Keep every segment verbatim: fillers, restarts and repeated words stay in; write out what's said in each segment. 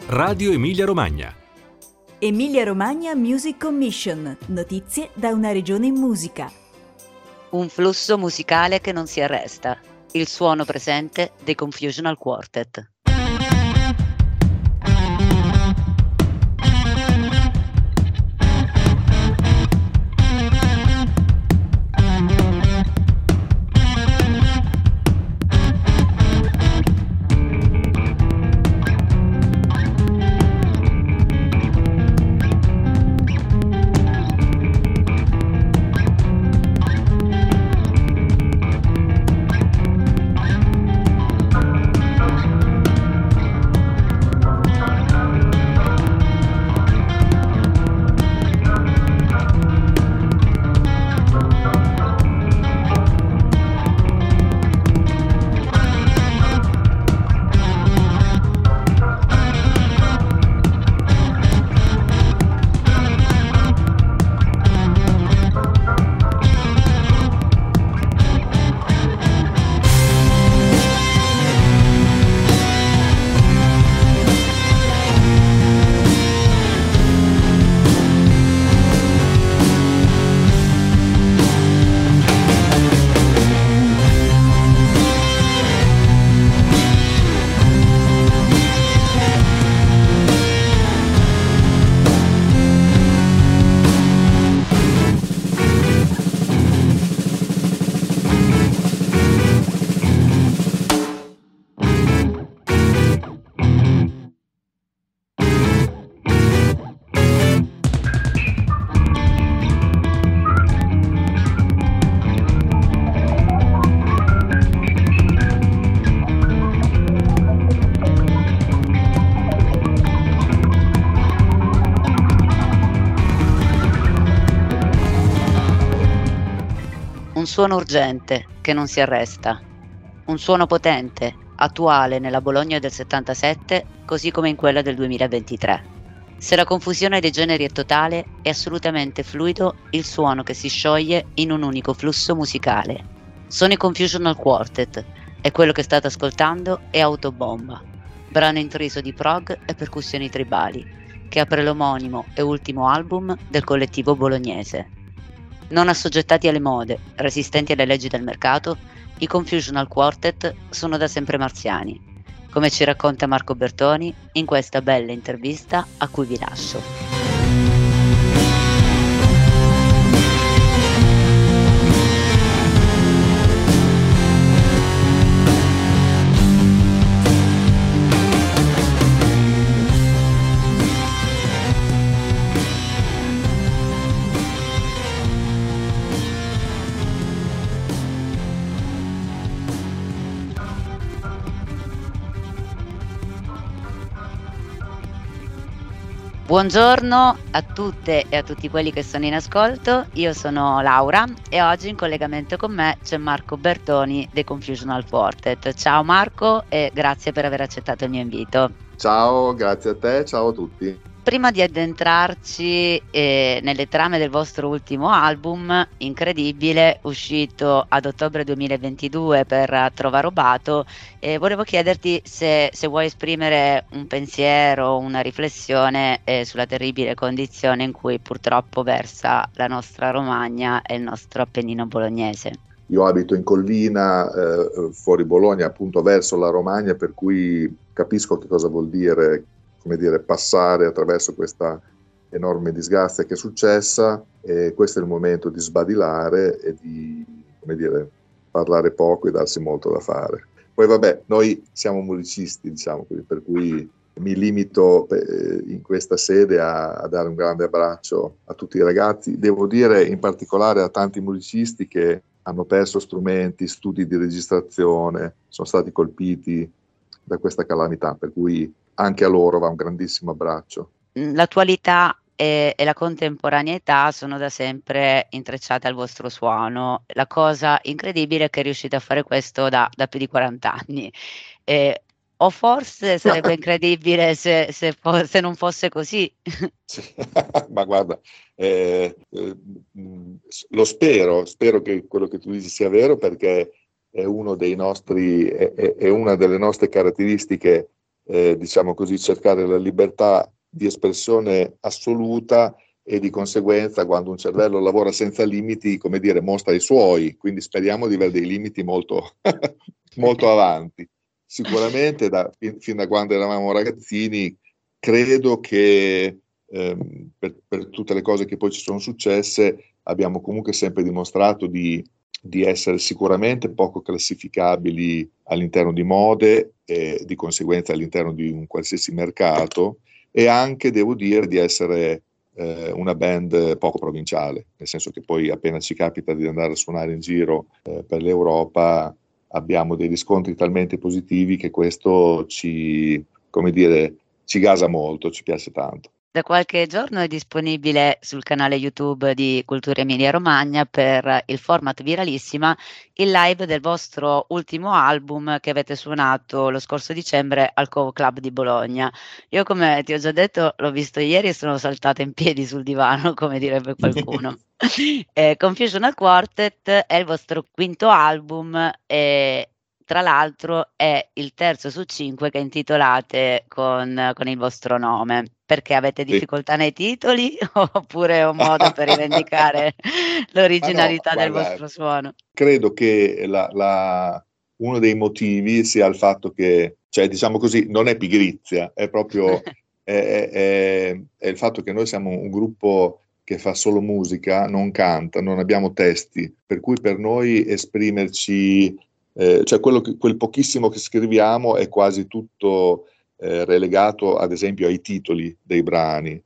Radio Emilia Romagna. Emilia Romagna Music Commission. Notizie da una regione in musica. Un flusso musicale che non si arresta. Il suono presente dei Confusional Quartet. Un suono urgente che non si arresta, un suono potente, attuale nella Bologna del settantasette così come in quella del duemilaventitré. Se la confusione dei generi è totale, è assolutamente fluido il suono che si scioglie in un unico flusso musicale. Sono i Confusional Quartet e quello che state ascoltando è Autobomba, brano intriso di prog e percussioni tribali, che apre l'omonimo e ultimo album del collettivo bolognese. Non assoggettati alle mode, resistenti alle leggi del mercato, i Confusional Quartet sono da sempre marziani, come ci racconta Marco Bertoni in questa bella intervista a cui vi lascio. Buongiorno a tutte e a tutti quelli che sono in ascolto, io sono Laura e oggi in collegamento con me c'è Marco Bertoni dei Confusional Quartet. Ciao Marco e grazie per aver accettato il mio invito. Ciao, grazie a te, ciao a tutti. Prima di addentrarci eh, nelle trame del vostro ultimo album, incredibile, uscito ad ottobre duemilaventidue per Trova Robato, eh, volevo chiederti se, se vuoi esprimere un pensiero, una riflessione eh, sulla terribile condizione in cui purtroppo versa la nostra Romagna e il nostro Appennino bolognese. Io abito in collina, eh, fuori Bologna, appunto verso la Romagna, per cui capisco che cosa vuol dire come dire, passare attraverso questa enorme disgrazia che è successa, e questo è il momento di sbadilare e di, come dire, parlare poco e darsi molto da fare. Poi vabbè, noi siamo musicisti, diciamo, per cui mi limito in questa sede a, a dare un grande abbraccio a tutti i ragazzi, devo dire in particolare a tanti musicisti che hanno perso strumenti, studi di registrazione, sono stati colpiti da questa calamità, per cui anche a loro va un grandissimo abbraccio. L'attualità e, e la contemporaneità sono da sempre intrecciate al vostro suono. La cosa incredibile è che riuscite a fare questo da, da più di quaranta anni. Eh, o forse sarebbe incredibile se, se, fo- se non fosse così. Sì. Ma guarda, eh, eh, lo spero, spero che quello che tu dici sia vero, perché è uno dei nostri, è, è una delle nostre caratteristiche eh, diciamo così, cercare la libertà di espressione assoluta, e di conseguenza quando un cervello lavora senza limiti, come dire, mostra i suoi, quindi speriamo di avere dei limiti molto, molto avanti. Sicuramente da, fin, fin da quando eravamo ragazzini credo che ehm, per, per tutte le cose che poi ci sono successe abbiamo comunque sempre dimostrato di, di essere sicuramente poco classificabili all'interno di mode e di conseguenza all'interno di un qualsiasi mercato, e anche devo dire di essere eh, una band poco provinciale, nel senso che poi appena ci capita di andare a suonare in giro eh, per l'Europa abbiamo dei riscontri talmente positivi che questo ci, come dire, ci gasa molto, ci piace tanto. Da qualche giorno è disponibile sul canale YouTube di Cultura Emilia Romagna, per il format Viralissima, il live del vostro ultimo album che avete suonato lo scorso dicembre al Covo Club di Bologna. Io, come ti ho già detto, l'ho visto ieri e sono saltata in piedi sul divano, come direbbe qualcuno. eh, Confusional Quartet è il vostro quinto album e tra l'altro è il terzo su cinque che intitolate con, con il vostro nome. Perché avete Sì. difficoltà nei titoli oppure è un modo per rivendicare l'originalità no, del guarda, vostro suono? Credo che la, la, uno dei motivi sia il fatto che, cioè diciamo così, non è pigrizia, è proprio è, è, è il fatto che noi siamo un gruppo che fa solo musica, non canta, non abbiamo testi, per cui per noi esprimerci, eh, cioè quello che, quel pochissimo che scriviamo è quasi tutto eh, relegato ad esempio ai titoli dei brani.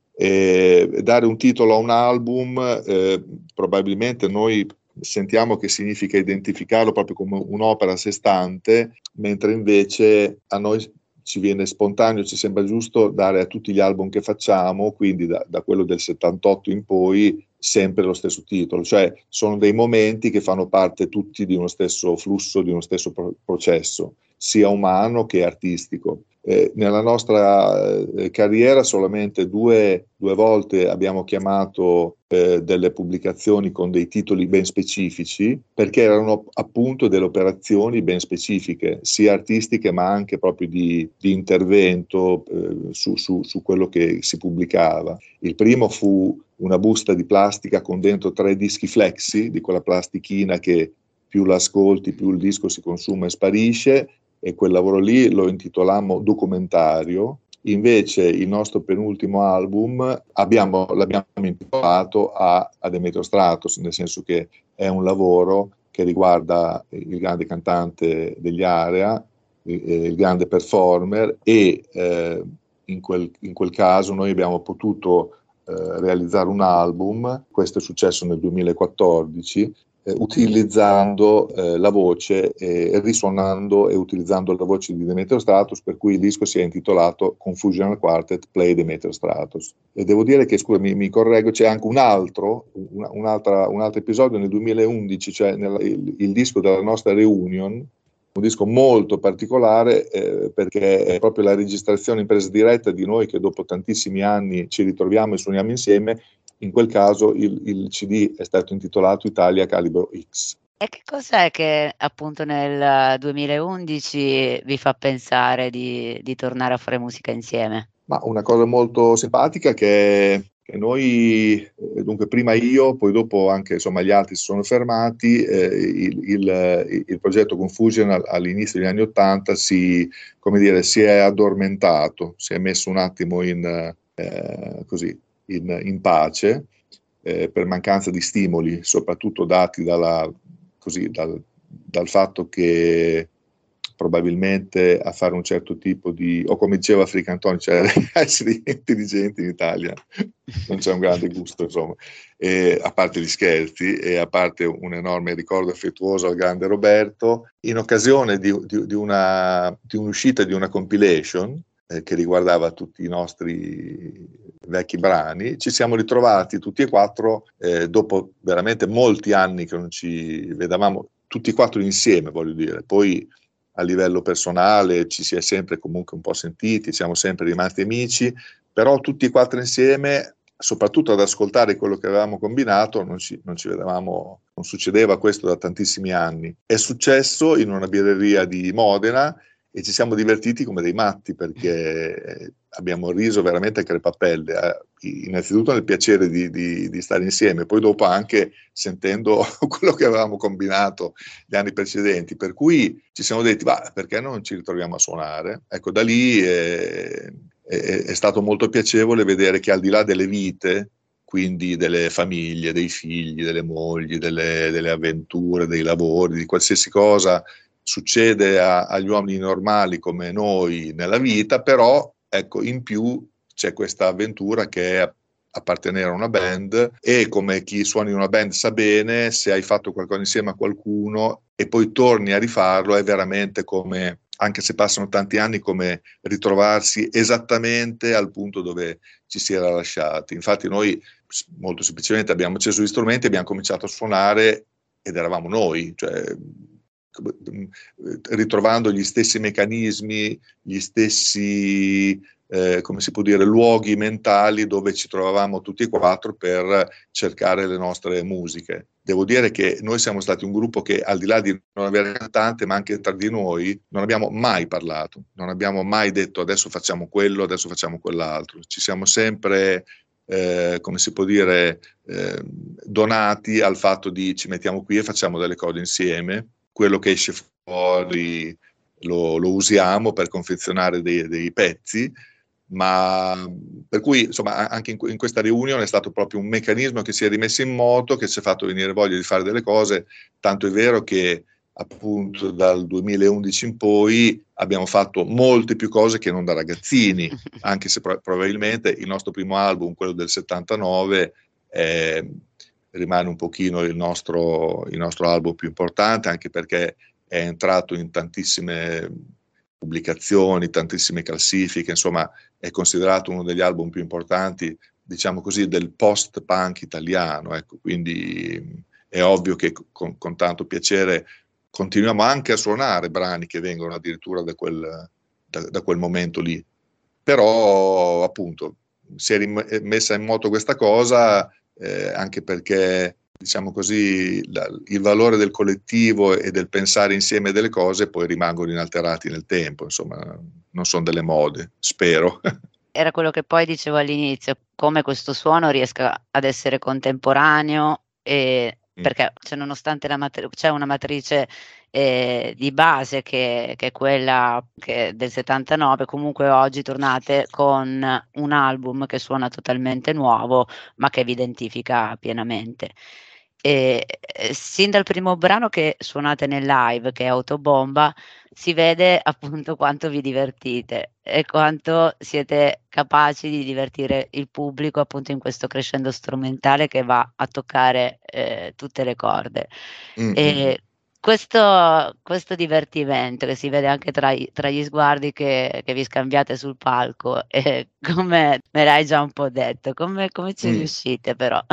E dare un titolo a un album eh, probabilmente noi sentiamo che significa identificarlo proprio come un'opera a sé stante, mentre invece a noi ci viene spontaneo, ci sembra giusto dare a tutti gli album che facciamo, quindi da, da quello del settantotto in poi, sempre lo stesso titolo, cioè sono dei momenti che fanno parte tutti di uno stesso flusso, di uno stesso pro- processo, sia umano che artistico. Eh, nella nostra eh, carriera solamente due, due volte abbiamo chiamato eh, delle pubblicazioni con dei titoli ben specifici, perché erano appunto delle operazioni ben specifiche, sia artistiche ma anche proprio di, di intervento eh, su, su, su quello che si pubblicava. Il primo fu una busta di plastica con dentro tre dischi flexi, di quella plastichina che più l'ascolti più il disco si consuma e sparisce, e quel lavoro lì lo intitolammo Documentario. Invece il nostro penultimo album abbiamo, l'abbiamo intitolato a, a Demetrio Stratos, nel senso che è un lavoro che riguarda il grande cantante degli Area, il, il grande performer, e eh, in, quel, in quel caso noi abbiamo potuto eh, realizzare un album, questo è successo nel duemilaquattordici, Eh, utilizzando eh, la voce, eh, risuonando e utilizzando la voce di Demetrio Stratos, per cui il disco si è intitolato Confusional Quartet Play Demetrio Stratos. E devo dire che, scusa, mi, mi correggo, c'è anche un altro, un, un'altra, un altro episodio nel duemilaundici, cioè nel, il, il disco della nostra reunion, un disco molto particolare eh, perché è proprio la registrazione in presa diretta di noi che dopo tantissimi anni ci ritroviamo e suoniamo insieme. In quel caso il, il C D è stato intitolato Italia Calibro X. E che cos'è che appunto nel duemilaundici vi fa pensare di, di tornare a fare musica insieme? Ma una cosa molto simpatica che, che noi, eh, dunque prima io, poi dopo anche insomma gli altri si sono fermati, eh, il, il, il progetto Confusion all'inizio degli anni Ottanta si, come dire, si è addormentato, si è messo un attimo in, eh, così, in, in pace, eh, per mancanza di stimoli, soprattutto dati dalla, così, dal, dal fatto che probabilmente a fare un certo tipo di, o come diceva Fricantoni, cioè essere intelligenti in Italia non c'è un grande gusto, insomma, e, a parte gli scherzi e a parte un enorme ricordo affettuoso al grande Roberto, in occasione di, di, di, una, di un'uscita di una compilation eh, che riguardava tutti i nostri vecchi brani, ci siamo ritrovati tutti e quattro eh, dopo veramente molti anni che non ci vedevamo, tutti e quattro insieme, voglio dire, poi a livello personale ci si è sempre comunque un po' sentiti, siamo sempre rimasti amici, però tutti e quattro insieme, soprattutto ad ascoltare quello che avevamo combinato, non ci, non ci vedevamo, non succedeva questo da tantissimi anni. È successo in una birreria di Modena e ci siamo divertiti come dei matti, perché abbiamo riso veramente a crepapelle, eh, innanzitutto nel piacere di, di, di stare insieme, poi dopo anche sentendo quello che avevamo combinato gli anni precedenti, per cui ci siamo detti, va, perché non ci ritroviamo a suonare? Ecco, da lì è, è, è stato molto piacevole vedere che al di là delle vite, quindi delle famiglie, dei figli, delle mogli, delle, delle avventure, dei lavori, di qualsiasi cosa succede a, agli uomini normali come noi nella vita, però ecco, in più c'è questa avventura che è appartenere a una band, e come chi suona in una band sa bene, se hai fatto qualcosa insieme a qualcuno e poi torni a rifarlo, è veramente come, anche se passano tanti anni, come ritrovarsi esattamente al punto dove ci si era lasciati. Infatti noi molto semplicemente abbiamo acceso gli strumenti, abbiamo cominciato a suonare ed eravamo noi, cioè ritrovando gli stessi meccanismi, gli stessi, eh, come si può dire, luoghi mentali dove ci trovavamo tutti e quattro per cercare le nostre musiche. Devo dire che noi siamo stati un gruppo che, al di là di non avere cantante, ma anche tra di noi, non abbiamo mai parlato, non abbiamo mai detto adesso facciamo quello, adesso facciamo quell'altro. Ci siamo sempre, eh, come si può dire, eh, donati al fatto di ci mettiamo qui e facciamo delle cose insieme. Quello che esce fuori lo, lo usiamo per confezionare dei, dei pezzi, ma per cui insomma anche in, in questa riunione è stato proprio un meccanismo che si è rimesso in moto, che ci ha fatto venire voglia di fare delle cose, tanto è vero che appunto dal duemilaundici in poi abbiamo fatto molte più cose che non da ragazzini, anche se pro- probabilmente il nostro primo album, quello del settantanove, eh, rimane un pochino il nostro, il nostro album più importante, anche perché è entrato in tantissime pubblicazioni, tantissime classifiche, insomma è considerato uno degli album più importanti, diciamo così, del post-punk italiano, ecco, quindi è ovvio che con, con tanto piacere continuiamo anche a suonare brani che vengono addirittura da quel, da, da quel momento lì, però appunto si è rim- messa in moto questa cosa, eh, anche perché, diciamo così, la, il valore del collettivo e del pensare insieme delle cose poi rimangono inalterati nel tempo, insomma, non sono delle mode, spero. Era quello che poi dicevo all'inizio, come questo suono riesca ad essere contemporaneo, e perché cioè, nonostante la matri- c'è una matrice eh, di base che, che è quella che del settantanove, comunque oggi tornate con un album che suona totalmente nuovo, ma che vi identifica pienamente. E, eh, sin dal primo brano che suonate nel live, che è Autobomba, si vede appunto quanto vi divertite e quanto siete capaci di divertire il pubblico appunto in questo crescendo strumentale che va a toccare eh, tutte le corde. Mm, E mm. questo, questo divertimento che si vede anche tra, i- tra gli sguardi che, che vi scambiate sul palco, e come me l'hai già un po' detto, come, come ci Mm. riuscite però?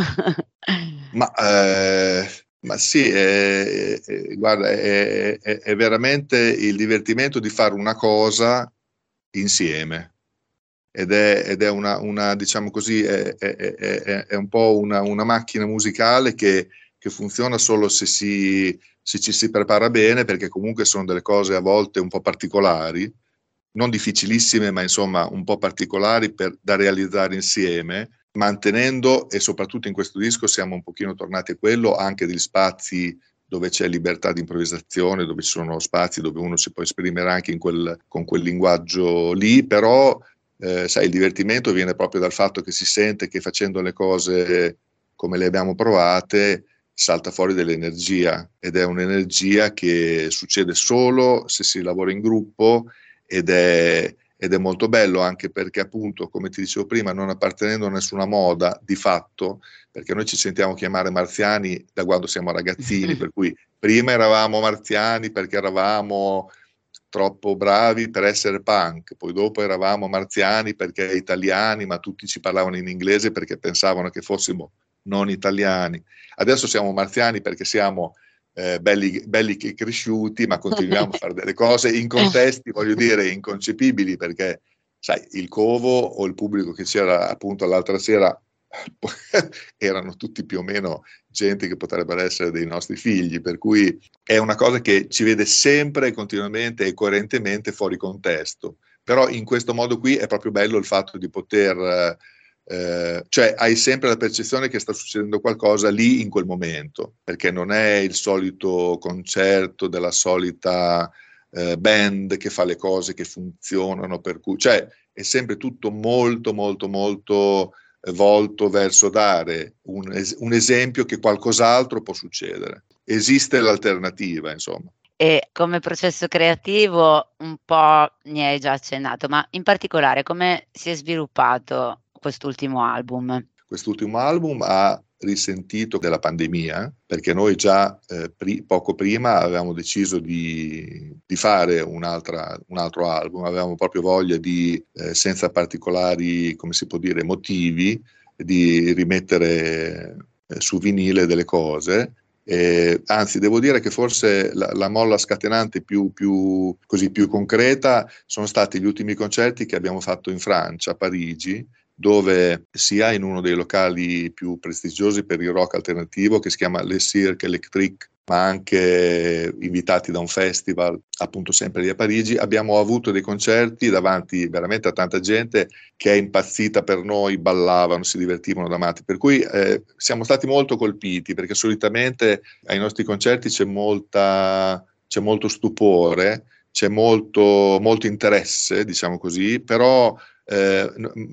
Ma, eh, ma sì, è, è- guarda, è, è- è veramente il divertimento di fare una cosa insieme. Ed è, ed è una, una, diciamo così, è, è- è- è- è un po' una, una macchina musicale che, che funziona solo se, si, se ci si prepara bene, perché comunque sono delle cose a volte un po' particolari, non difficilissime, ma insomma un po' particolari per, da realizzare insieme, mantenendo, e soprattutto in questo disco siamo un pochino tornati a quello, anche degli spazi dove c'è libertà di improvvisazione, dove ci sono spazi dove uno si può esprimere anche in quel, con quel linguaggio lì, però eh, sai, il divertimento viene proprio dal fatto che si sente che facendo le cose come le abbiamo provate salta fuori dell'energia, ed è un'energia che succede solo se si lavora in gruppo, ed è, ed è molto bello, anche perché appunto, come ti dicevo prima, non appartenendo a nessuna moda di fatto, perché noi ci sentiamo chiamare marziani da quando siamo ragazzini, per cui prima eravamo marziani perché eravamo troppo bravi per essere punk, poi dopo eravamo marziani perché italiani, ma tutti ci parlavano in inglese perché pensavano che fossimo non italiani. Adesso siamo marziani perché siamo eh, belli, belli che cresciuti, ma continuiamo a fare delle cose in contesti, voglio dire, inconcepibili, perché sai, il covo o il pubblico che c'era appunto l'altra sera erano tutti più o meno gente che potrebbero essere dei nostri figli, per cui è una cosa che ci vede sempre, continuamente e coerentemente fuori contesto. Però in questo modo qui è proprio bello il fatto di poter, eh, cioè hai sempre la percezione che sta succedendo qualcosa lì in quel momento, perché non è il solito concerto della solita eh, band che fa le cose che funzionano, per cui, cioè è sempre tutto molto molto molto volto verso dare un, es- un esempio che qualcos'altro può succedere. Esiste l'alternativa, insomma. E come processo creativo un po' ne hai già accennato, ma in particolare come si è sviluppato quest'ultimo album? Quest'ultimo album ha risentito della pandemia, perché noi già eh, pri- poco prima avevamo deciso di, di fare un'altra, un altro album, avevamo proprio voglia di, eh, senza particolari, come si può dire, motivi, di rimettere eh, su vinile delle cose. Eh, anzi, devo dire che forse la, la molla scatenante più, più, così, più concreta sono stati gli ultimi concerti che abbiamo fatto in Francia, a Parigi, dove sia in uno dei locali più prestigiosi per il rock alternativo, che si chiama Le Cirque Electrique, ma anche invitati da un festival, appunto sempre lì a Parigi, abbiamo avuto dei concerti davanti veramente a tanta gente che è impazzita per noi, ballavano, si divertivano da matti, per cui eh, siamo stati molto colpiti, perché solitamente ai nostri concerti c'è molta, c'è molto stupore, c'è molto, molto interesse, diciamo così, però eh,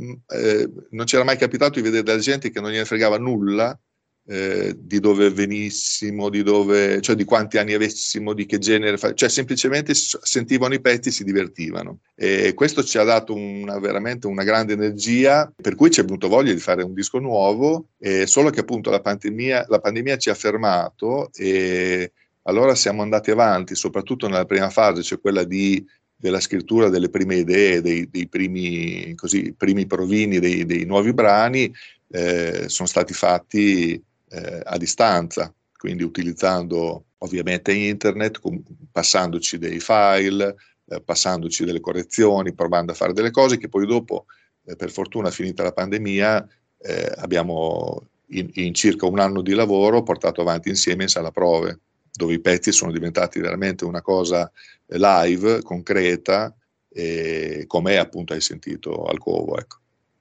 eh, non c'era mai capitato di vedere della gente che non gliene fregava nulla eh, di dove venissimo, di dove, cioè di quanti anni avessimo, di che genere, fa- cioè semplicemente sentivano i pezzi e si divertivano. E questo ci ha dato una, veramente una grande energia, per cui ci è venuto voglia di fare un disco nuovo, eh, solo che appunto la pandemia, la pandemia ci ha fermato e allora siamo andati avanti, soprattutto nella prima fase, cioè quella di della scrittura delle prime idee, dei, dei primi, così, primi provini dei, dei nuovi brani, eh, sono stati fatti eh, a distanza, quindi utilizzando ovviamente internet, com- passandoci dei file, eh, passandoci delle correzioni, provando a fare delle cose che poi dopo, eh, per fortuna finita la pandemia, eh, abbiamo in, in circa un anno di lavoro portato avanti insieme in sala prove, dove i pezzi sono diventati veramente una cosa live, concreta, e come appunto hai sentito al Covo, ecco.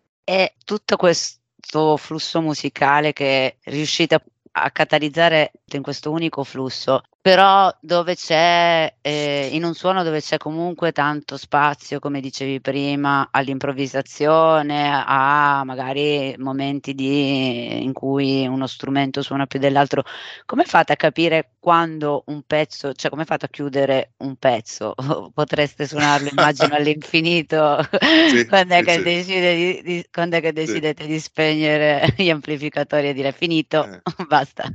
E tutto questo flusso musicale che riuscite a a catalizzare in questo unico flusso, però dove c'è ehm, in un suono dove c'è comunque tanto spazio, come dicevi prima, all'improvvisazione, a magari momenti di in cui uno strumento suona più dell'altro, come fate a capire quando un pezzo, cioè come fate a chiudere un pezzo? Potreste suonarlo immagino all'infinito, Sì, quand'è sì, che sì, decide di di quand'è che sì. decidete di spegnere gli amplificatori e dire: "Finito, Eh. basta."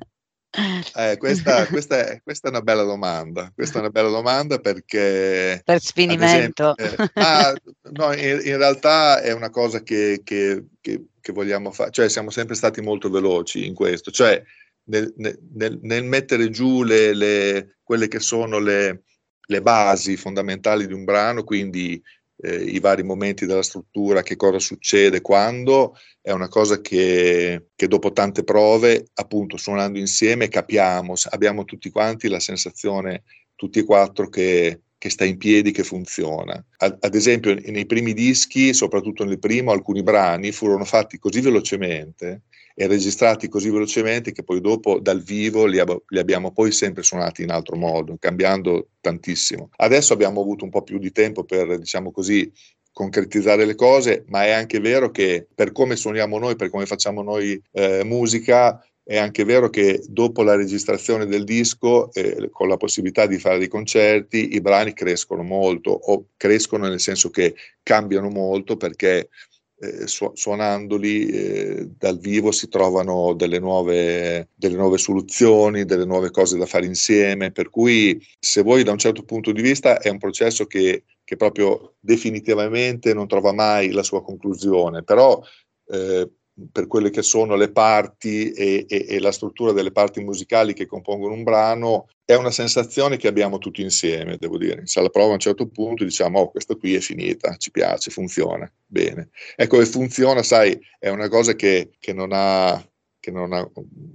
Eh, questa, questa, è, questa è una bella domanda, questa è una bella domanda perché, Per ad esempio, sfinimento. eh, ma no, in, in realtà è una cosa che, che, che, che vogliamo fare, cioè siamo sempre stati molto veloci in questo, cioè nel, nel, nel mettere giù le, le, quelle che sono le, le basi fondamentali di un brano, quindi eh, i vari momenti della struttura, che cosa succede, quando, è una cosa che, che dopo tante prove, appunto suonando insieme, capiamo, abbiamo tutti quanti la sensazione, tutti e quattro, che, che sta in piedi, che funziona. Ad, ad esempio nei primi dischi, soprattutto nel primo, alcuni brani furono fatti così velocemente e registrati così velocemente che poi dopo dal vivo li, ab- li abbiamo poi sempre suonati in altro modo, cambiando tantissimo. Adesso abbiamo avuto un po' più di tempo per, diciamo così, concretizzare le cose, ma è anche vero che per come suoniamo noi, per come facciamo noi eh, musica, è anche vero che dopo la registrazione del disco, eh, con la possibilità di fare dei concerti, i brani crescono molto, o crescono nel senso che cambiano molto, perché eh, su- suonandoli eh, dal vivo si trovano delle nuove, delle nuove soluzioni, delle nuove cose da fare insieme, per cui se vuoi da un certo punto di vista è un processo che, che proprio definitivamente non trova mai la sua conclusione, però eh, per quelle che sono le parti e, e, e la struttura delle parti musicali che compongono un brano, è una sensazione che abbiamo tutti insieme, devo dire. Se alla prova a un certo punto diciamo, oh, questa qui è finita, ci piace, funziona, bene. Ecco, e funziona, sai, è una cosa che, che non ha... Che non ha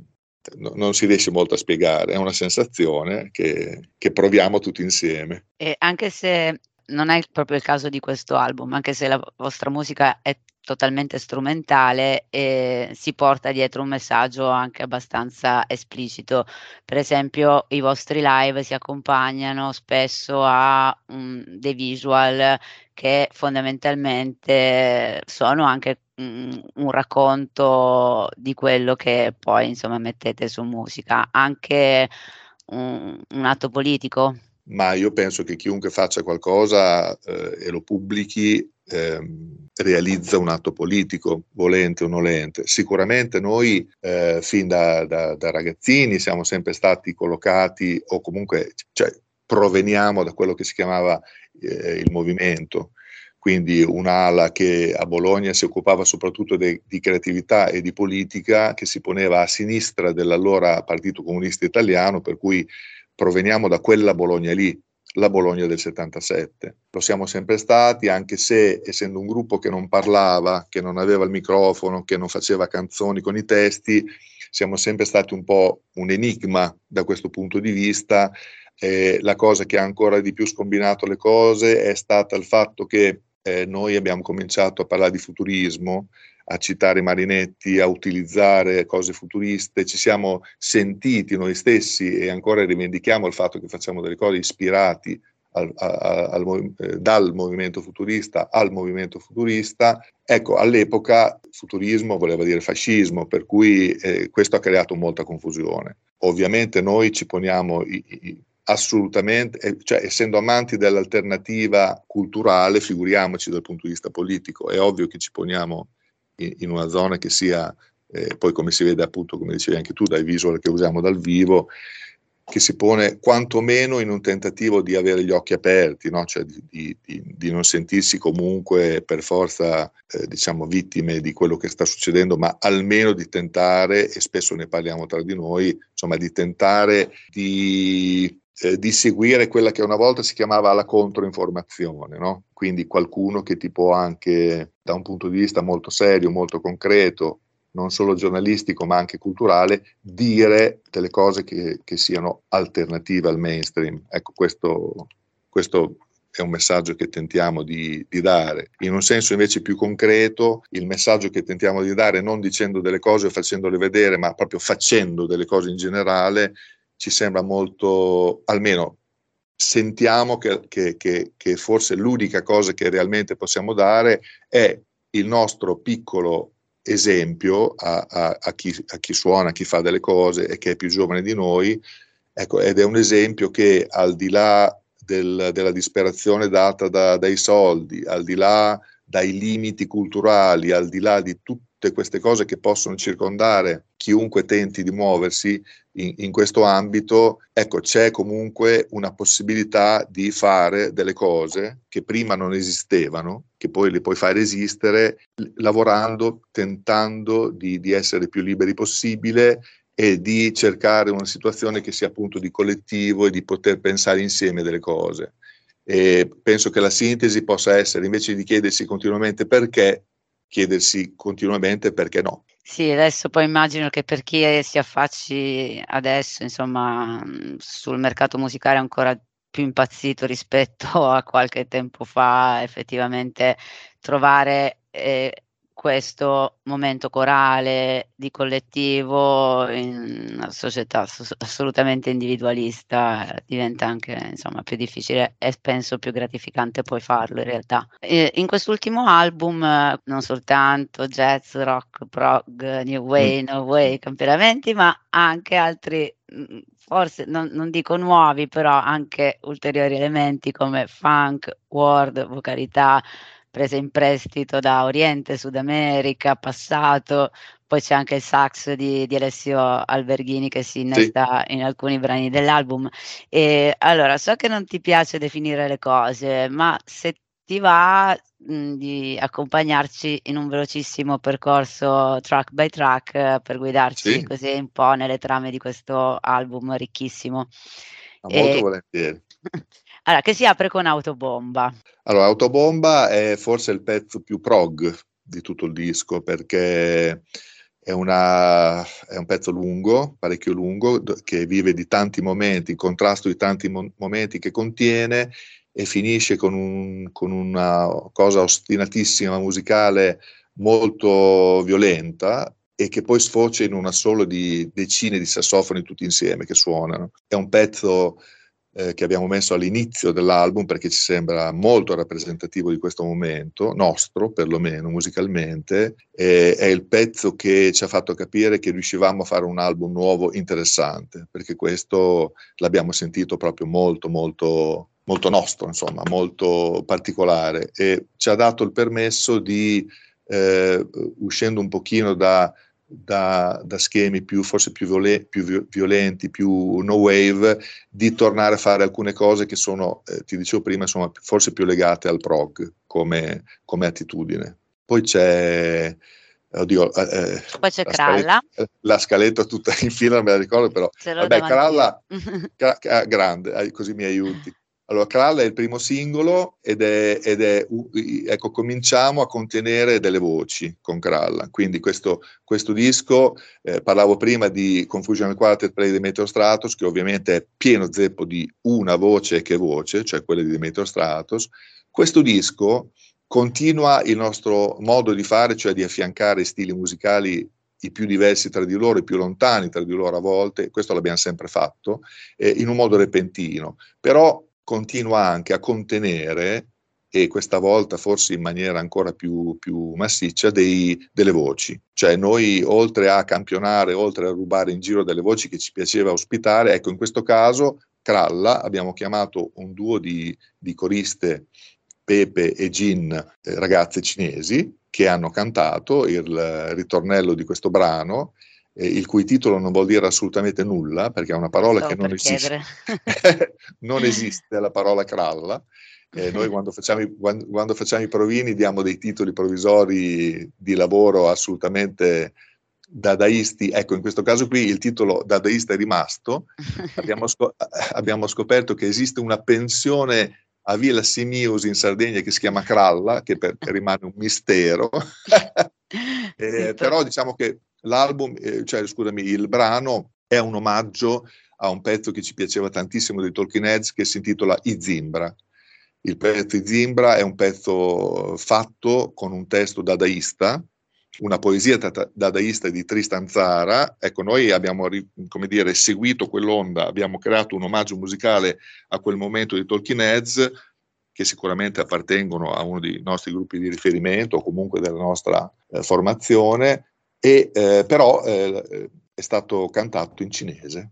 non si riesce molto a spiegare, è una sensazione che, che proviamo tutti insieme. E anche se non è proprio il caso di questo album, anche se la vostra musica è totalmente strumentale e si porta dietro un messaggio anche abbastanza esplicito. Per esempio, i vostri live si accompagnano spesso a um, dei visual che fondamentalmente sono anche um, un racconto di quello che poi insomma mettete su musica, anche un, un atto politico. Ma io penso che chiunque faccia qualcosa eh, e lo pubblichi ehm, realizza un atto politico, volente o nolente. Sicuramente noi eh, fin da, da, da ragazzini siamo sempre stati collocati o comunque cioè, proveniamo da quello che si chiamava eh, il movimento, quindi un'ala che a Bologna si occupava soprattutto de, di creatività e di politica, che si poneva a sinistra dell'allora Partito Comunista Italiano, per cui proveniamo da quella Bologna lì, la Bologna del settantasette. Lo siamo sempre stati, anche se essendo un gruppo che non parlava, che non aveva il microfono, che non faceva canzoni con i testi, siamo sempre stati un po' un enigma da questo punto di vista. Eh, la cosa che ha ancora di più scombinato le cose è stata il fatto che eh, noi abbiamo cominciato a parlare di futurismo, a citare Marinetti, a utilizzare cose futuriste, ci siamo sentiti noi stessi e ancora rivendichiamo il fatto che facciamo delle cose ispirati al, al, al, eh, dal movimento futurista al movimento futurista. Ecco, all'epoca futurismo voleva dire fascismo, per cui eh, questo ha creato molta confusione. Ovviamente noi ci poniamo i, i, assolutamente, cioè essendo amanti dell'alternativa culturale, figuriamoci dal punto di vista politico, è ovvio che ci poniamo in una zona che sia, eh, poi come si vede appunto, come dicevi anche tu, dai visual che usiamo dal vivo, che si pone quantomeno in un tentativo di avere gli occhi aperti, no? Cioè di, di, di, di non sentirsi comunque per forza eh, diciamo vittime di quello che sta succedendo, ma almeno di tentare, e spesso ne parliamo tra di noi, insomma di tentare di Eh, di seguire quella che una volta si chiamava la controinformazione, no? Quindi qualcuno che ti può anche da un punto di vista molto serio, molto concreto, non solo giornalistico ma anche culturale, dire delle cose che, che siano alternative al mainstream. Ecco, questo, questo è un messaggio che tentiamo di, di dare. In un senso invece più concreto, il messaggio che tentiamo di dare, non dicendo delle cose o facendole vedere, ma proprio facendo delle cose in generale, ci sembra molto, almeno sentiamo che, che, che, che forse l'unica cosa che realmente possiamo dare è il nostro piccolo esempio a, a, a, chi, a chi suona, a chi fa delle cose e che è più giovane di noi, ecco, ed è un esempio che al di là del, della disperazione data da, dai soldi, al di là dai limiti culturali, al di là di tutte queste cose che possono circondare chiunque tenti di muoversi in, in questo ambito, ecco, c'è comunque una possibilità di fare delle cose che prima non esistevano, che poi le puoi fare esistere lavorando, tentando di, di essere più liberi possibile e di cercare una situazione che sia appunto di collettivo e di poter pensare insieme delle cose. E penso che la sintesi possa essere, invece di chiedersi continuamente perché, chiedersi continuamente perché no. Sì, adesso poi immagino che per chi si affacci adesso, insomma, sul mercato musicale ancora più impazzito rispetto a qualche tempo fa, effettivamente trovare eh, questo momento corale di collettivo in una società ass- assolutamente individualista eh, diventa anche insomma più difficile e penso più gratificante poi farlo in realtà. E in quest'ultimo album eh, non soltanto jazz, rock, prog, new wave, Mm. no way, campionamenti, ma anche altri mh, forse non, non dico nuovi, però anche ulteriori elementi come funk, world, vocalità prese in prestito da Oriente, Sud America, passato, poi c'è anche il sax di, di Alessio Alberghini che si Sì. innesta in alcuni brani dell'album. E allora, so che non ti piace definire le cose, ma se ti va mh, di accompagnarci in un velocissimo percorso track by track eh, per guidarci Sì, così un po' nelle trame di questo album ricchissimo. ma molto E... volentieri. Allora, che si apre con Autobomba. Allora, Autobomba è forse il pezzo più prog di tutto il disco perché è, una, è un pezzo lungo, parecchio lungo, d- che vive di tanti momenti, il contrasto di tanti mo- momenti che contiene e finisce con, un- con una cosa ostinatissima musicale molto violenta e che poi sfocia in un assolo di decine di sassofoni tutti insieme che suonano. È un pezzo eh, che abbiamo messo all'inizio dell'album perché ci sembra molto rappresentativo di questo momento, nostro perlomeno musicalmente, e è il pezzo che ci ha fatto capire che riuscivamo a fare un album nuovo interessante, perché questo l'abbiamo sentito proprio molto molto molto nostro, insomma, molto particolare e ci ha dato il permesso di, eh, uscendo un pochino da da, da schemi più, forse più, viole, più violenti, più no wave, di tornare a fare alcune cose che sono, eh, ti dicevo prima, sono forse più legate al prog come, come attitudine. Poi c'è, oddio, eh, Poi c'è la, scaletta, Cralla, la scaletta tutta in fila, non me la ricordo, però ce l'ho vabbè, davanti io. Caralla, ca, ca, grande, così mi aiuti. Allora, Krall è il primo singolo ed è, ed è, ecco, cominciamo a contenere delle voci con Krall. Quindi questo, questo disco, eh, parlavo prima di Confusional Quartet Play di Demetrio Stratos, che ovviamente è pieno zeppo di una voce che voce, cioè quella di Demetrio Stratos. Questo disco continua il nostro modo di fare, cioè di affiancare i stili musicali i più diversi tra di loro, i più lontani tra di loro a volte, questo l'abbiamo sempre fatto, eh, in un modo repentino. Però continua anche a contenere, e questa volta forse in maniera ancora più, più massiccia, dei, delle voci. Cioè noi oltre a campionare, oltre a rubare in giro delle voci che ci piaceva ospitare, ecco in questo caso Kralla abbiamo chiamato un duo di, di coriste, Pepe e Jin, eh, ragazze cinesi, che hanno cantato il ritornello di questo brano, eh, il cui titolo non vuol dire assolutamente nulla, perché è una Lo parola che stavo non per esiste. chiedere. Non esiste la parola cralla. Eh, noi quando facciamo, i, quando, quando facciamo i provini diamo dei titoli provvisori di lavoro assolutamente dadaisti. Ecco, in questo caso qui il titolo dadaista è rimasto. Abbiamo, scop- abbiamo scoperto che esiste una pensione a Villa Simius in Sardegna che si chiama Cralla, che per, rimane un mistero. Sì, eh, per... però diciamo che l'album, eh, cioè scusami, il brano è un omaggio a un pezzo che ci piaceva tantissimo dei Talking Heads che si intitola I Zimbra. Il pezzo I Zimbra è un pezzo fatto con un testo dadaista, una poesia dadaista di Tristan Tzara. Ecco, noi abbiamo, come dire, seguito quell'onda, abbiamo creato un omaggio musicale a quel momento di Talking Heads, che sicuramente appartengono a uno dei nostri gruppi di riferimento o comunque della nostra eh, formazione, e, eh, però eh, è stato cantato in cinese.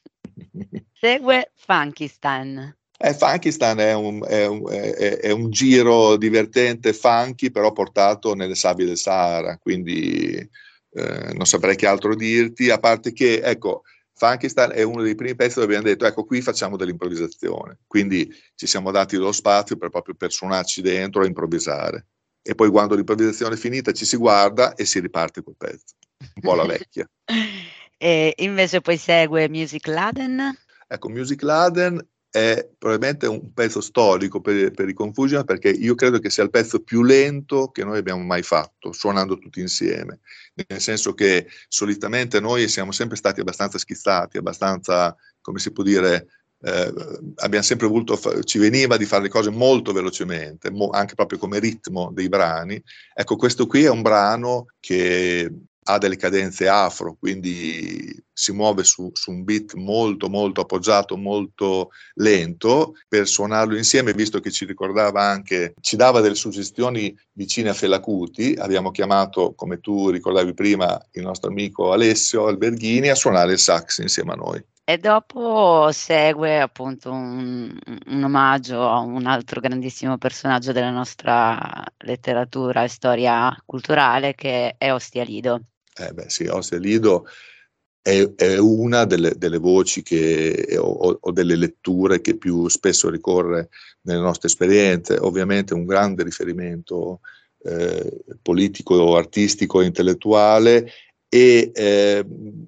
Segue Funkistan. Eh, Funkistan è un, è, un, è, è un giro divertente, funky, però portato nelle sabbie del Sahara, quindi eh, non saprei che altro dirti, a parte che, ecco, Funkistan è uno dei primi pezzi dove abbiamo detto, ecco, qui facciamo dell'improvvisazione, quindi ci siamo dati lo spazio per proprio per suonarci dentro e improvvisare. E poi quando l'improvvisazione è finita ci si guarda e si riparte col pezzo, un po' alla vecchia. E invece poi segue Music Laden. Ecco, Music Laden è probabilmente un pezzo storico per, per i Confusion, perché io credo che sia il pezzo più lento che noi abbiamo mai fatto, suonando tutti insieme. Nel senso che solitamente noi siamo sempre stati abbastanza schizzati, abbastanza, come si può dire, eh, abbiamo sempre voluto, fa- ci veniva di fare le cose molto velocemente, mo- anche proprio come ritmo dei brani. Ecco, questo qui è un brano che ha delle cadenze afro, quindi si muove su, su un beat molto molto appoggiato, molto lento, per suonarlo insieme, visto che ci ricordava anche, ci dava delle suggestioni vicine a Fela Kuti. Abbiamo chiamato, come tu ricordavi prima, il nostro amico Alessio Alberghini a suonare il sax insieme a noi. E dopo segue appunto un, un omaggio a un altro grandissimo personaggio della nostra letteratura e storia culturale che è Ostia Lido. Eh beh sì, Ostia Lido è, è una delle, delle voci che, o, o delle letture che più spesso ricorre nelle nostre esperienze. Ovviamente un grande riferimento eh, politico, artistico e intellettuale, e eh,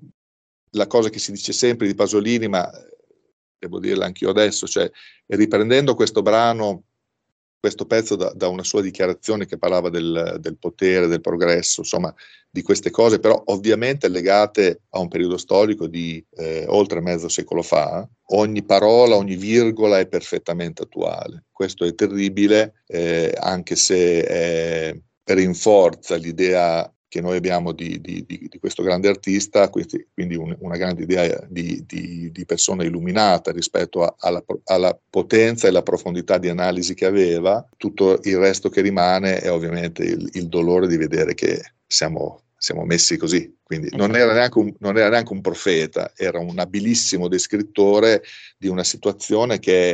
la cosa che si dice sempre di Pasolini, ma devo dirla anch'io adesso, cioè riprendendo questo brano, questo pezzo da, da una sua dichiarazione che parlava del, del potere, del progresso, insomma di queste cose, però ovviamente legate a un periodo storico di eh, oltre mezzo secolo fa. Ogni parola, ogni virgola è perfettamente attuale. Questo è terribile, eh, anche se eh, rinforza l'idea che noi abbiamo di, di, di, di questo grande artista, quindi, quindi un, una grande idea di, di, di persona illuminata rispetto a, alla, alla potenza e la profondità di analisi che aveva. Tutto il resto che rimane è ovviamente il, il dolore di vedere che siamo, siamo messi così. Quindi esatto. non, era neanche un, non era neanche un profeta, era un abilissimo descrittore di una situazione che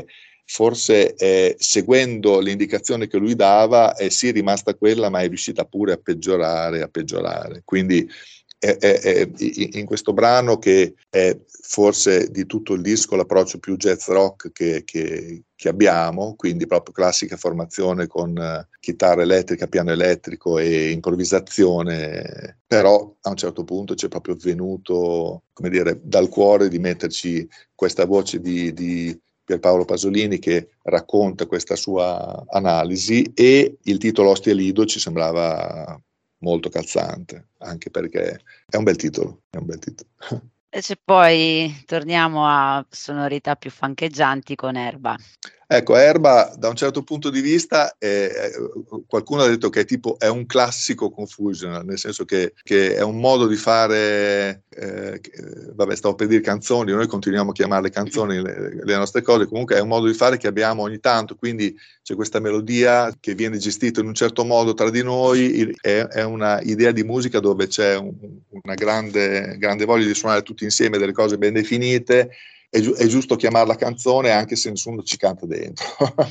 forse eh, seguendo le indicazioni che lui dava è sì rimasta quella, ma è riuscita pure a peggiorare, a peggiorare. Quindi è, è, è in questo brano, che è forse di tutto il disco l'approccio più jazz rock che, che, che abbiamo, quindi proprio classica formazione con uh, chitarra elettrica, piano elettrico e improvvisazione, però a un certo punto c'è proprio venuto, come dire, dal cuore di metterci questa voce di, di Pierpaolo Pasolini che racconta questa sua analisi, e il titolo Ostia e Lido ci sembrava molto calzante, anche perché è un bel titolo, è un bel titolo. E se poi torniamo a sonorità più fancheggianti con Erba. Ecco, Erba da un certo punto di vista eh, qualcuno ha detto che è tipo è un classico confusional, nel senso che, che è un modo di fare eh, vabbè, stavo per dire canzoni, noi continuiamo a chiamarle canzoni le, le nostre cose, comunque è un modo di fare che abbiamo ogni tanto, quindi c'è questa melodia che viene gestita in un certo modo tra di noi, è, è una idea di musica dove c'è un, una grande, grande voglia di suonare tutti insieme delle cose ben definite. È, gi- è giusto chiamarla canzone anche se nessuno ci canta dentro.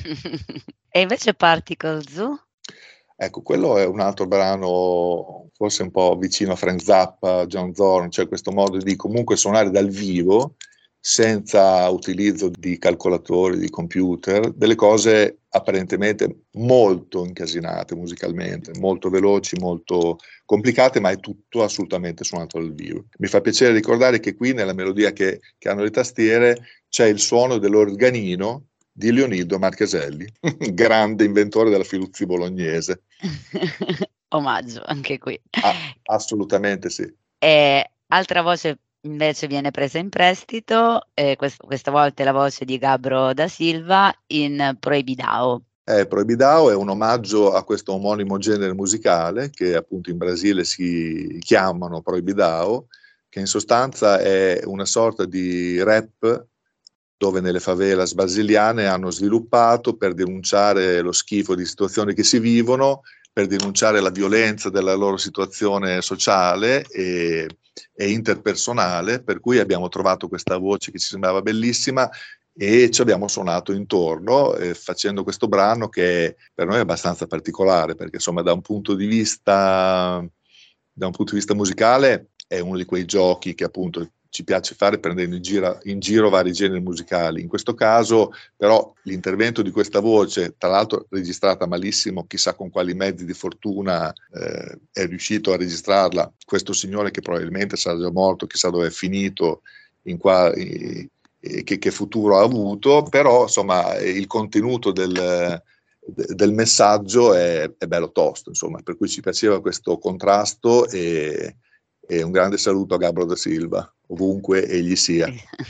E invece Particle Zoo? Ecco, quello è un altro brano forse un po' vicino a Frank Zappa, John Zorn, cioè questo modo di comunque suonare dal vivo senza utilizzo di calcolatori, di computer, delle cose apparentemente molto incasinate musicalmente, molto veloci, molto complicate, ma è tutto assolutamente suonato dal vivo. Mi fa piacere ricordare che qui nella melodia che, che hanno le tastiere c'è il suono dell'organino di Leonildo Marcheselli, grande inventore della Filuzzi bolognese. Omaggio anche qui. Ah, assolutamente sì. E altra voce invece viene presa in prestito, eh, quest- questa volta è la voce di Gabro da Silva in Proibidao. Eh, Proibidao è un omaggio a questo omonimo genere musicale che appunto in Brasile si chiamano Proibidao, che in sostanza è una sorta di rap dove nelle favelas brasiliane hanno sviluppato per denunciare lo schifo di situazioni che si vivono, per denunciare la violenza della loro situazione sociale e, e interpersonale, per cui abbiamo trovato questa voce che ci sembrava bellissima e ci abbiamo suonato intorno eh, facendo questo brano che per noi è abbastanza particolare, perché insomma da un punto di vista da un punto di vista musicale è uno di quei giochi che appunto ci piace fare prendendo in giro, in giro vari generi musicali. In questo caso però l'intervento di questa voce, tra l'altro registrata malissimo, chissà con quali mezzi di fortuna eh, è riuscito a registrarla questo signore che probabilmente sarà già morto, chissà dove è finito, in qua, eh, che, che futuro ha avuto, però insomma il contenuto del, del messaggio è, è bello tosto, insomma, per cui ci piaceva questo contrasto e, e un grande saluto a Gabro da Silva, ovunque egli sia.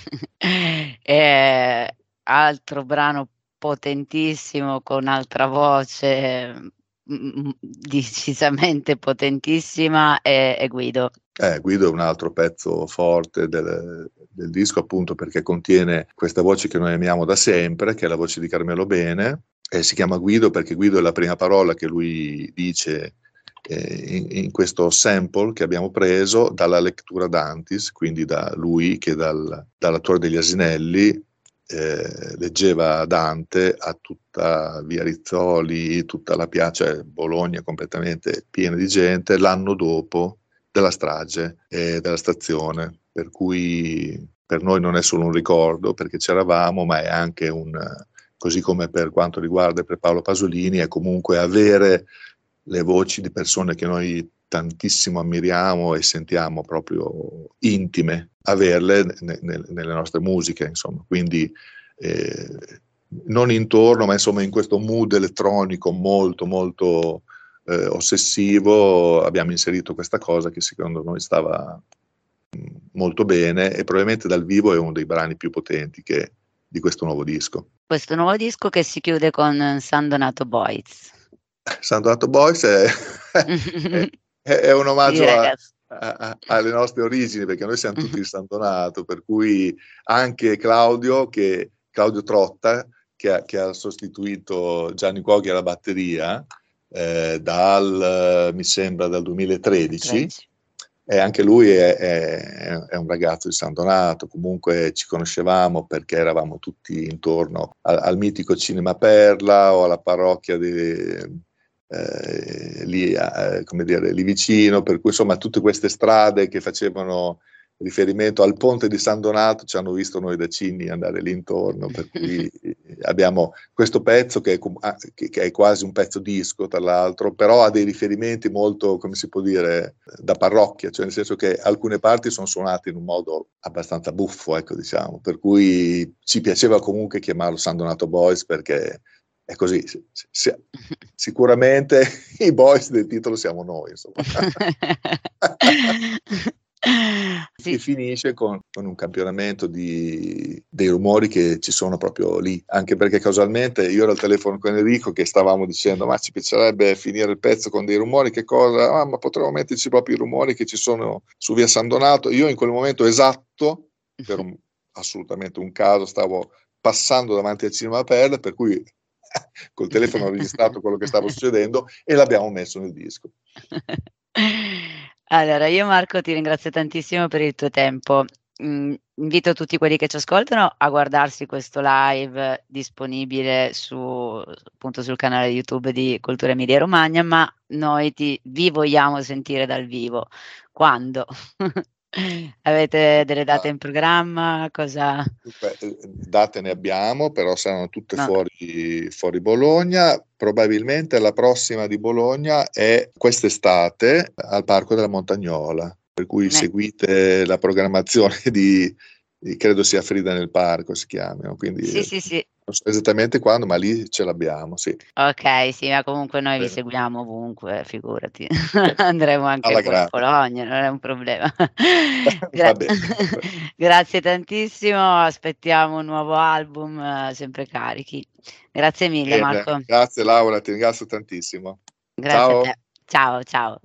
E altro brano potentissimo con altra voce mm, decisamente potentissima è, è Guido. Eh, Guido è un altro pezzo forte del, del disco, appunto perché contiene questa voce che noi amiamo da sempre, che è la voce di Carmelo Bene, e si chiama Guido perché Guido è la prima parola che lui dice eh, in, in questo sample che abbiamo preso dalla lettura d'Antis, quindi da lui che dal, dall'attore degli Asinelli eh, leggeva Dante a tutta via Rizzoli, tutta la piazza, Bologna completamente piena di gente, l'anno dopo della strage e della stazione. per cui per noi non è solo un ricordo perché c'eravamo, ma è anche un, così come per quanto riguarda per Paolo Pasolini, è comunque avere le voci di persone che noi tantissimo ammiriamo e sentiamo proprio intime, averle ne, ne, nelle nostre musiche, insomma. Quindi eh, non intorno, ma insomma in questo mood elettronico molto molto eh, ossessivo abbiamo inserito questa cosa che secondo noi stava mh, molto bene, e probabilmente dal vivo è uno dei brani più potenti che, di questo nuovo disco. Questo nuovo disco che si chiude con San Donato Boys. San Donato Boys è, è, è un omaggio sì, a, a, alle nostre origini, perché noi siamo tutti di San Donato, per cui anche Claudio, che, Claudio Trotta, che ha, che ha sostituito Gianni Cuoghi alla batteria eh, dal, mi sembra, dal duemilatredici, e anche lui è, è, è un ragazzo di San Donato. Comunque ci conoscevamo perché eravamo tutti intorno al, al mitico Cinema Perla o alla parrocchia di... Eh, lì, eh, come dire, lì vicino, per cui insomma tutte queste strade che facevano riferimento al ponte di San Donato ci hanno visto noi da Cini andare lì intorno, per cui abbiamo questo pezzo che è, che è quasi un pezzo disco, tra l'altro, però ha dei riferimenti molto, come si può dire, da parrocchia, cioè nel senso che alcune parti sono suonate in un modo abbastanza buffo, ecco, diciamo, per cui ci piaceva comunque chiamarlo San Donato Boys perché è così, si, si, sicuramente i boys del titolo siamo noi, insomma. Sì. E finisce con, con un campionamento di, dei rumori che ci sono proprio lì, anche perché casualmente io ero al telefono con Enrico che stavamo dicendo ma ci piacerebbe finire il pezzo con dei rumori, che cosa? Ah, ma potremmo metterci proprio i rumori che ci sono su via San Donato. Io in quel momento esatto, per un, assolutamente un caso, stavo passando davanti al Cinema Perla, per cui col telefono ho registrato quello che stava succedendo e l'abbiamo messo nel disco. Allora, io Marco ti ringrazio tantissimo per il tuo tempo. Mm, invito tutti quelli che ci ascoltano a guardarsi questo live disponibile su, appunto, sul canale YouTube di Cultura Emilia Romagna, ma noi ti, vi vogliamo sentire dal vivo. Quando? Avete delle date in programma? Cosa? Date ne abbiamo, però saranno tutte No. fuori, fuori Bologna. Probabilmente la prossima di Bologna è quest'estate al Parco della Montagnola, per cui Ne. seguite la programmazione di, di credo sia Frida nel Parco si chiamano, quindi Sì, sì, sì. non so esattamente quando, ma lì ce l'abbiamo, sì. Ok, sì, ma comunque noi vi Bene. seguiamo ovunque, figurati. Andremo anche Alla poi a grande. Bologna, non è un problema. Va Gra- bene. Grazie tantissimo, aspettiamo un nuovo album, eh, sempre carichi. Grazie mille, Bene. Marco. Grazie Laura, ti ringrazio tantissimo. Grazie Ciao. a te. Ciao, ciao.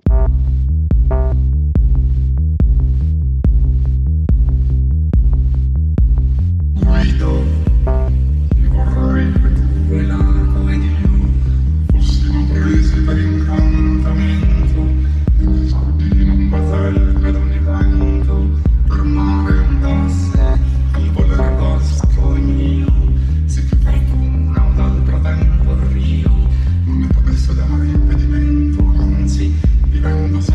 Guido, vorrei che tu e la come Dio fossimo presi per incantamento e gli scudi in un basello ad ogni vento, per mare andasse il voler bosco mio, se che fortuna o d'altro tempo il rio non mi potesse dare impedimento, anzi vivendo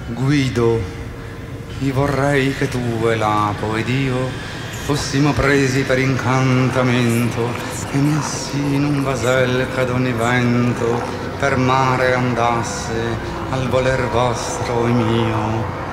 Guido, io vorrei che tu e l'Apo ed io fossimo presi per incantamento e messi in un vasel che ad ogni vento per mare andasse al voler vostro e mio.